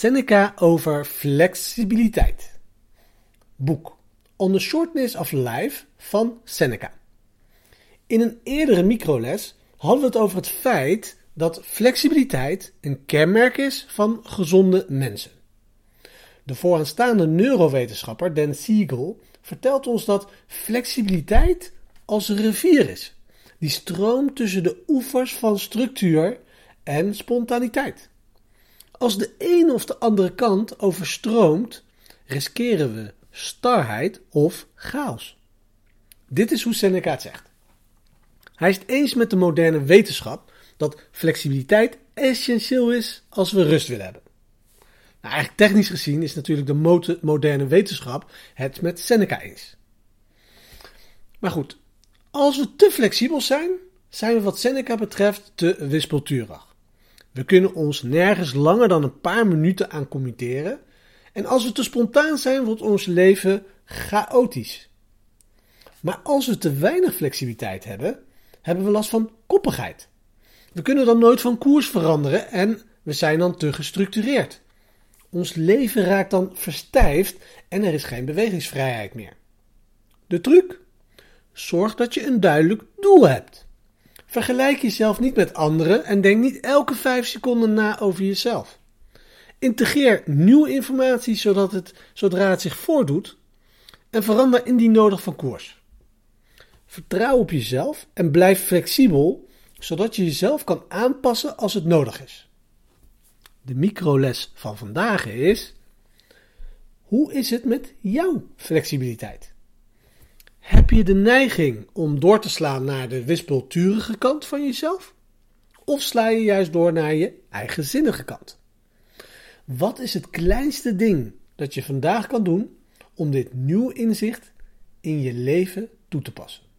Seneca over flexibiliteit. Boek On the Shortness of Life van Seneca. In een eerdere microles hadden we het over het feit dat flexibiliteit een kenmerk is van gezonde mensen. De vooraanstaande neurowetenschapper Dan Siegel vertelt ons dat flexibiliteit als een rivier is, die stroomt tussen de oevers van structuur en spontaniteit. Als de ene of de andere kant overstroomt, riskeren we starheid of chaos. Dit is hoe Seneca het zegt. Hij is het eens met de moderne wetenschap dat flexibiliteit essentieel is als we rust willen hebben. Nou, eigenlijk technisch gezien is natuurlijk de moderne wetenschap het met Seneca eens. Maar goed, als we te flexibel zijn, zijn we wat Seneca betreft te wispelturig. We kunnen ons nergens langer dan een paar minuten aan committeren. En als we te spontaan zijn, wordt ons leven chaotisch. Maar als we te weinig flexibiliteit hebben, hebben we last van koppigheid. We kunnen dan nooit van koers veranderen en we zijn dan te gestructureerd. Ons leven raakt dan verstijfd en er is geen bewegingsvrijheid meer. De truc? Zorg dat je een duidelijk doel hebt. Vergelijk jezelf niet met anderen en denk niet elke 5 seconden na over jezelf. Integreer nieuwe informatie zodra het zich voordoet en verander indien nodig van koers. Vertrouw op jezelf en blijf flexibel, zodat je jezelf kan aanpassen als het nodig is. De microles van vandaag is: hoe is het met jouw flexibiliteit? Heb je de neiging om door te slaan naar de wispelturige kant van jezelf? Of sla je juist door naar je eigenzinnige kant? Wat is het kleinste ding dat je vandaag kan doen om dit nieuwe inzicht in je leven toe te passen?